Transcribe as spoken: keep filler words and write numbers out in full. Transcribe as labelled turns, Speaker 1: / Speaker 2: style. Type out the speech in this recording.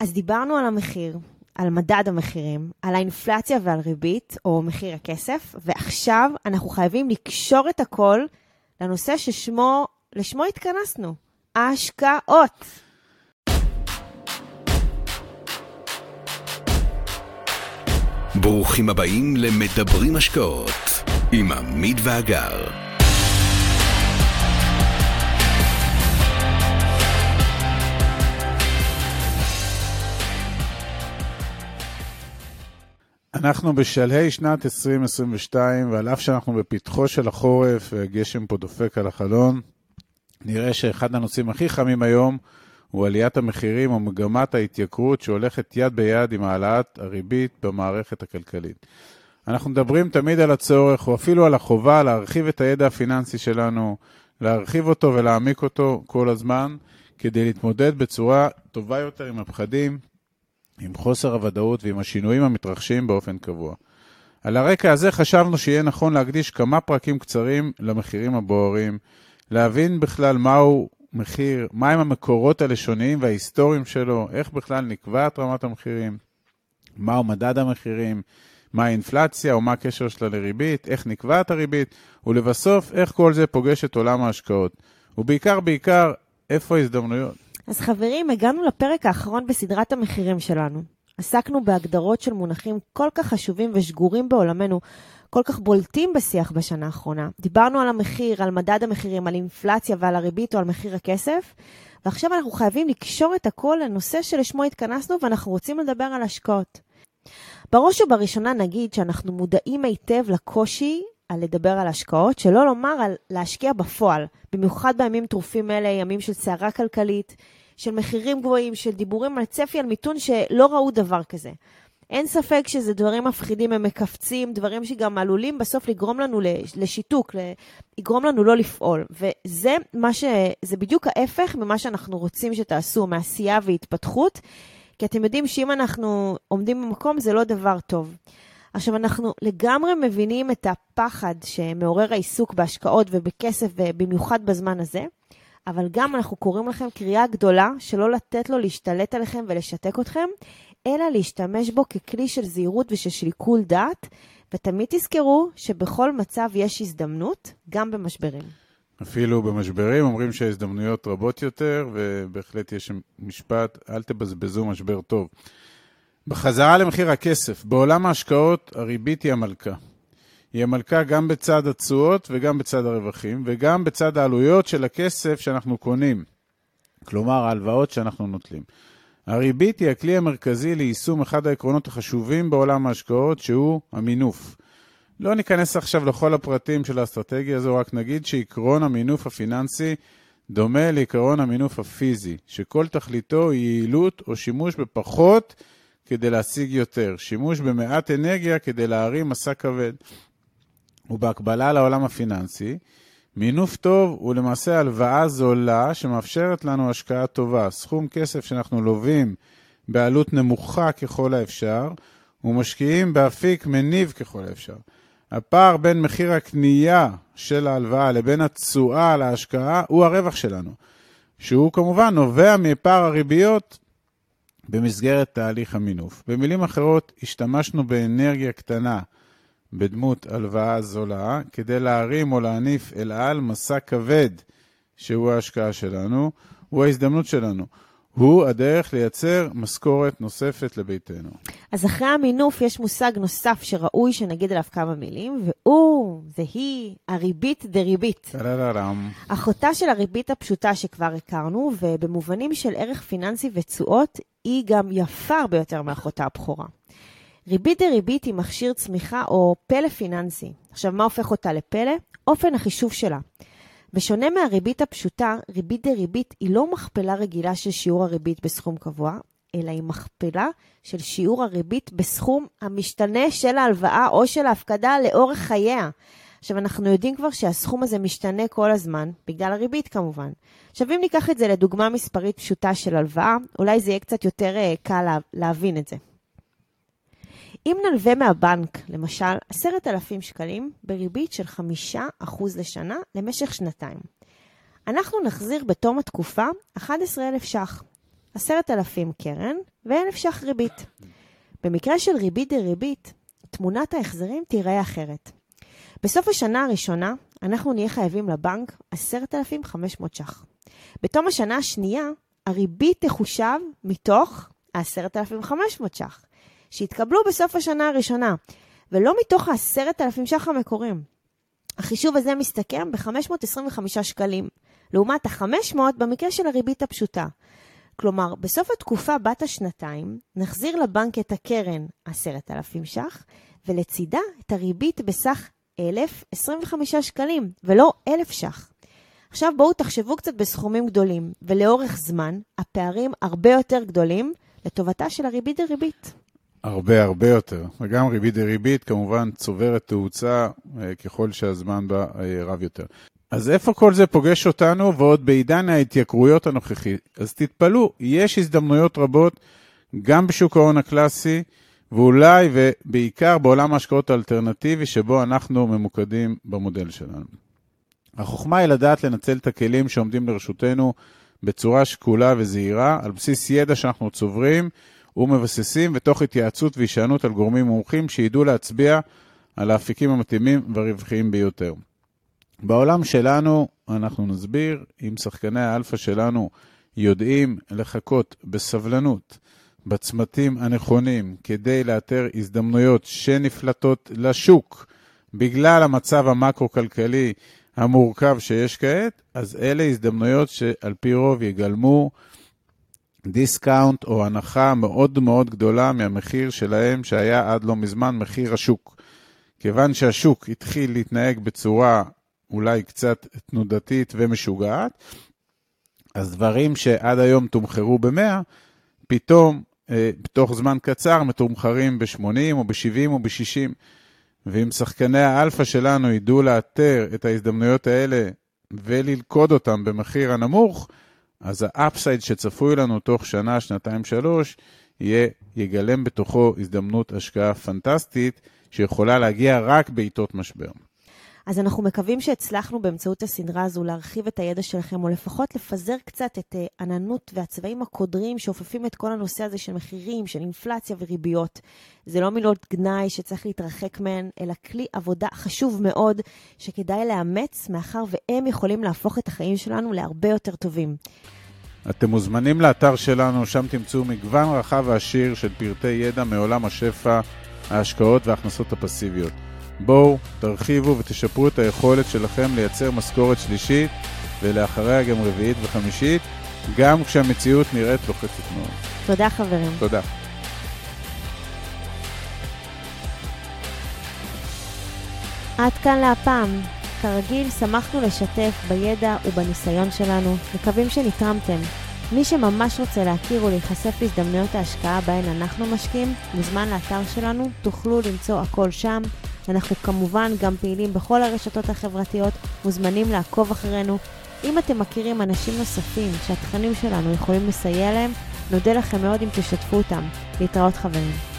Speaker 1: אז דיברנו על המחיר, על מדד המחירים, על האינפלציה ועל ריבית, או מחיר הכסף, ועכשיו אנחנו חייבים לקשור את הכל לנושא ששמו, לשמו התכנסנו, ההשקעות.
Speaker 2: ברוכים הבאים למדברים השקעות עם עמית ואגר.
Speaker 3: אנחנו בשלהי שנת עשרים עשרים ושתיים, ועל אף שאנחנו בפתחו של החורף, גשם פה דופק על החלון, נראה שאחד הנושאים הכי חמים היום הוא עליית המחירים או מגמת ההתייקרות שהולכת יד ביד עם העלאת הריבית במערכת הכלכלית. אנחנו מדברים תמיד על הצורך או אפילו על החובה להרחיב את הידע הפיננסי שלנו, להרחיב אותו ולהעמיק אותו כל הזמן, כדי להתמודד בצורה טובה יותר עם הפחדים, עם חוסר הוודאות ועם השינויים המתרחשים באופן קבוע. על הרקע הזה חשבנו שיהיה נכון להקדיש כמה פרקים קצרים למחירים הבוערים, להבין בכלל מהו מחיר, מהם המקורות הלשוניים וההיסטוריים שלו, איך בכלל נקבעת רמת המחירים, מהו מדד המחירים, מה האינפלציה או מה הקשר שלה לריבית, איך נקבעת הריבית, ולבסוף איך כל זה פוגש את עולם ההשקעות. ובעיקר בעיקר איפה ההזדמנויות.
Speaker 1: אז חברים, הגענו לפרק האחרון בסדרת המחירים שלנו. עסקנו בהגדרות של מונחים כל כך חשובים ושגורים בעולמנו, כל כך בולטים בשיח בשנה האחרונה. דיברנו על המחיר, על מדד המחירים, על אינפלציה ועל הריבית או על מחיר הכסף, ועכשיו אנחנו חייבים לקשור את הכל לנושא שלשמו התכנסנו, ואנחנו רוצים לדבר על השקעות. בראש ובראשונה נגיד שאנחנו מודעים היטב לקושי על לדבר על השקעות, שלא לומר על להשקיע בפועל, במיוחד בימים טרופים אלה, ימים של סערה כלכלית, של מחירים גבוהים, של דיבורים על צפי, על מיתון שלא ראו דבר כזה. אין ספק שזה דברים מפחידים, הם מקפצים, דברים שגם עלולים בסוף לגרום לנו לשיתוק, לגרום לנו לא לפעול. וזה מה ש... זה בדיוק ההפך ממה שאנחנו רוצים שתעשו, מעשייה והתפתחות, כי אתם יודעים שאם אנחנו עומדים במקום זה לא דבר טוב. עכשיו אנחנו לגמרי מבינים את הפחד שמעורר העיסוק בהשקעות ובכסף ובמיוחד בזמן הזה, אבל גם אנחנו קוראים לכם קריאה גדולה שלא לתת לו להשתלט עליכם ולשתק אתכם, אלא להשתמש בו ככלי של זהירות ושל שיקול דעת, ותמיד תזכרו שבכל מצב יש הזדמנות, גם במשברים.
Speaker 3: אפילו במשברים אומרים שההזדמנויות רבות יותר, ובהחלט יש משפט, אל תבזבזו משבר טוב. בחזרה למחיר הכסף, בעולם ההשקעות הריבית היא המלכה. היא המלכה גם בצד התשואות וגם בצד הרווחים, וגם בצד העלויות של הכסף שאנחנו קונים. כלומר, ההלוואות שאנחנו נוטלים. הריבית היא הכלי המרכזי ליישום אחד העקרונות החשובים בעולם ההשקעות, שהוא המינוף. לא ניכנס עכשיו לכל הפרטים של האסטרטגיה הזו, רק נגיד שעקרון המינוף הפיננסי דומה לעקרון המינוף הפיזי, שכל תכליתו היא יעילות או שימוש בפחות כדי להשיג יותר, שימוש במעט אנרגיה כדי להרים מסע כבד. ובהקבלה לעולם הפיננסי, מינוף טוב הוא למעשה הלוואה זולה שמאפשרת לנו השקעה טובה, סכום כסף שאנחנו לובים בעלות נמוכה ככל האפשר, ומשקיעים באפיק מניב ככל האפשר. הפער בין מחיר הקנייה של ההלוואה לבין התשואה על ההשקעה הוא הרווח שלנו, שהוא כמובן נובע מפער הריביות במסגרת תהליך המינוף. במילים אחרות, השתמשנו באנרגיה קטנה בדמות הלוואה זולה, כדי להרים או להניף אל על מסע כבד, שהוא ההשקעה שלנו, הוא ההזדמנות שלנו. הוא הדרך לייצר משכורת נוספת לביתנו.
Speaker 1: אז אחרי המינוף יש מושג נוסף שראוי שנגיד עליו כמה מילים, והוא, זה היא, הריבית דריבית.
Speaker 3: טרררם.
Speaker 1: אחותה של הריבית הפשוטה שכבר הכרנו, ובמובנים של ערך פיננסי ותשואות, היא גם יפה הרבה יותר מאחותה הבכורה. ריבית דריבית היא מכשיר צמיחה או פלא פיננסי. עכשיו, מה הופך אותה לפלא? אופן החישוב שלה. בשונה מהריבית הפשוטה, ריבית דריבית היא לא מכפלה רגילה של שיעור הריבית בסכום קבוע, אלא היא מכפלה של שיעור הריבית בסכום המשתנה של ההלוואה או של ההפקדה לאורך חייה. עכשיו, אנחנו יודעים כבר שהסכום הזה משתנה כל הזמן, בגלל הריבית כמובן. עכשיו, אם ניקח את זה לדוגמה מספרית פשוטה של הלוואה, אולי זה יהיה קצת יותר קל להבין את זה. אם נלווה מהבנק, למשל, עשרת אלפים שקלים בריבית של חמישה אחוז לשנה למשך שנתיים. אנחנו נחזיר בתום התקופה אחד עשר אלף שח. עשרת אלפים קרן ואלף שח ריבית. במקרה של ריבית דריבית, תמונת ההחזרים תיראה אחרת. בסוף השנה הראשונה, אנחנו נהיה חייבים לבנק עשרת אלפים וחמש מאות שח. בתום השנה השנייה, הריבית תחושב מתוך עשרת אלפים וחמש מאות שח, שהתקבלו בסוף השנה הראשונה, ולא מתוך עשרת אלפים שח המקורים. החישוב הזה מסתכם ב-חמש מאות עשרים וחמישה שקלים, לעומת ה-חמש מאות במקרה של הריבית הפשוטה. כלומר, בסוף התקופה בת השנתיים, נחזיר לבנק את הקרן עשרת אלפים שח, ולצידה את הריבית בסך אלף עשרים וחמישה שקלים, ולא אלף שח. עכשיו בואו תחשבו קצת בסכומים גדולים, ולאורך זמן, הפערים הרבה יותר גדולים לטובתה של הריבית דריבית.
Speaker 3: הרבה הרבה יותר. וגם ריבית דריבית כמובן צוברת תאוצה ככל שהזמן בה רב יותר. אז איפה כל זה פוגש אותנו, ועוד בעידן ההתייקרויות הנוכחי? אז תתפלו, יש הזדמנויות רבות גם בשוק ההון הקלאסי, ואולי ובעיקר בעולם ההשקעות האלטרנטיבי שבו אנחנו ממוקדים במודל שלנו. החוכמה היא לדעת לנצל את הכלים שעומדים לרשותנו בצורה שקולה וזהירה, על בסיס ידע שאנחנו צוברים ומבססים, ותוך התייעצות והישענות על גורמים מומחים שידעו להצביע על האפיקים המתאימים והרווחיים ביותר. בעולם שלנו אנחנו נסביר, אם שחקני האלפא שלנו יודעים לחכות בסבלנות, בצמתים הנכונים, כדי לאתר הזדמנויות שנפלטות לשוק, בגלל המצב המקרו-כלכלי המורכב שיש כעת, אז אלה הזדמנויות שעל פי רוב יגלמו דיסקאונט או הנחה מאוד מאוד גדולה מהמחיר שלהם שהיה עד לא מזמן מחיר השוק. כיוון שהשוק התחיל להתנהג בצורה אולי קצת תנודתית ומשוגעת, אז דברים שעד היום תומחרו ב-מאה, פתאום אה, בתוך זמן קצר מתומחרים ב-שמונים או ב-שבעים או ב-שישים. ואם שחקני האלפא שלנו ידעו לאתר את ההזדמנויות האלה וללכוד אותם במחיר הנמוך, אז האפסייד שצפוי לנו תוך שנה, שנתיים, שלוש, יהיה, יגלם בתוכו הזדמנות השקעה פנטסטית שיכולה להגיע רק בעיתות משבר.
Speaker 1: אז אנחנו מקווים שהצלחנו באמצעות הסדרה הזו להרחיב את הידע שלכם, או לפחות לפזר קצת את עננות והצבעים הקודרים שאופפים את כל הנושא הזה של מחירים, של אינפלציה וריביות. זה לא מילות גנאי שצריך להתרחק מהן, אלא כלי עבודה חשוב מאוד שכדאי לאמץ, מאחר והם יכולים להפוך את החיים שלנו להרבה יותר טובים.
Speaker 3: אתם מוזמנים לאתר שלנו, שם תמצאו מגוון רחב ועשיר של פרטי ידע מעולם השפע, ההשקעות וההכנסות הפסיביות. בואו, תרחיבו ותשפרו את היכולת שלכם לייצר משכורת שלישית, ולאחריה גם רביעית וחמישית, גם כשהמציאות נראית לוחצת מאוד.
Speaker 1: תודה חברים.
Speaker 3: תודה.
Speaker 1: עד כאן להפעם. כרגיל, שמחנו לשתף בידע ובניסיון שלנו. מקווים שנתרמתם. מי שממש רוצה להכיר ולהיחשף להזדמנויות ההשקעה בהן אנחנו משקיעים, מוזמן לאתר שלנו, תוכלו למצוא הכל שם. אנחנו כמובן גם פעילים בכל הרשתות החברתיות, מוזמנים לעקוב אחרינו. אם אתם מכירים אנשים נוספים שהתכנים שלנו יכולים לסייע להם, נודה לכם מאוד אם תשתפו אותם. להתראות חברים.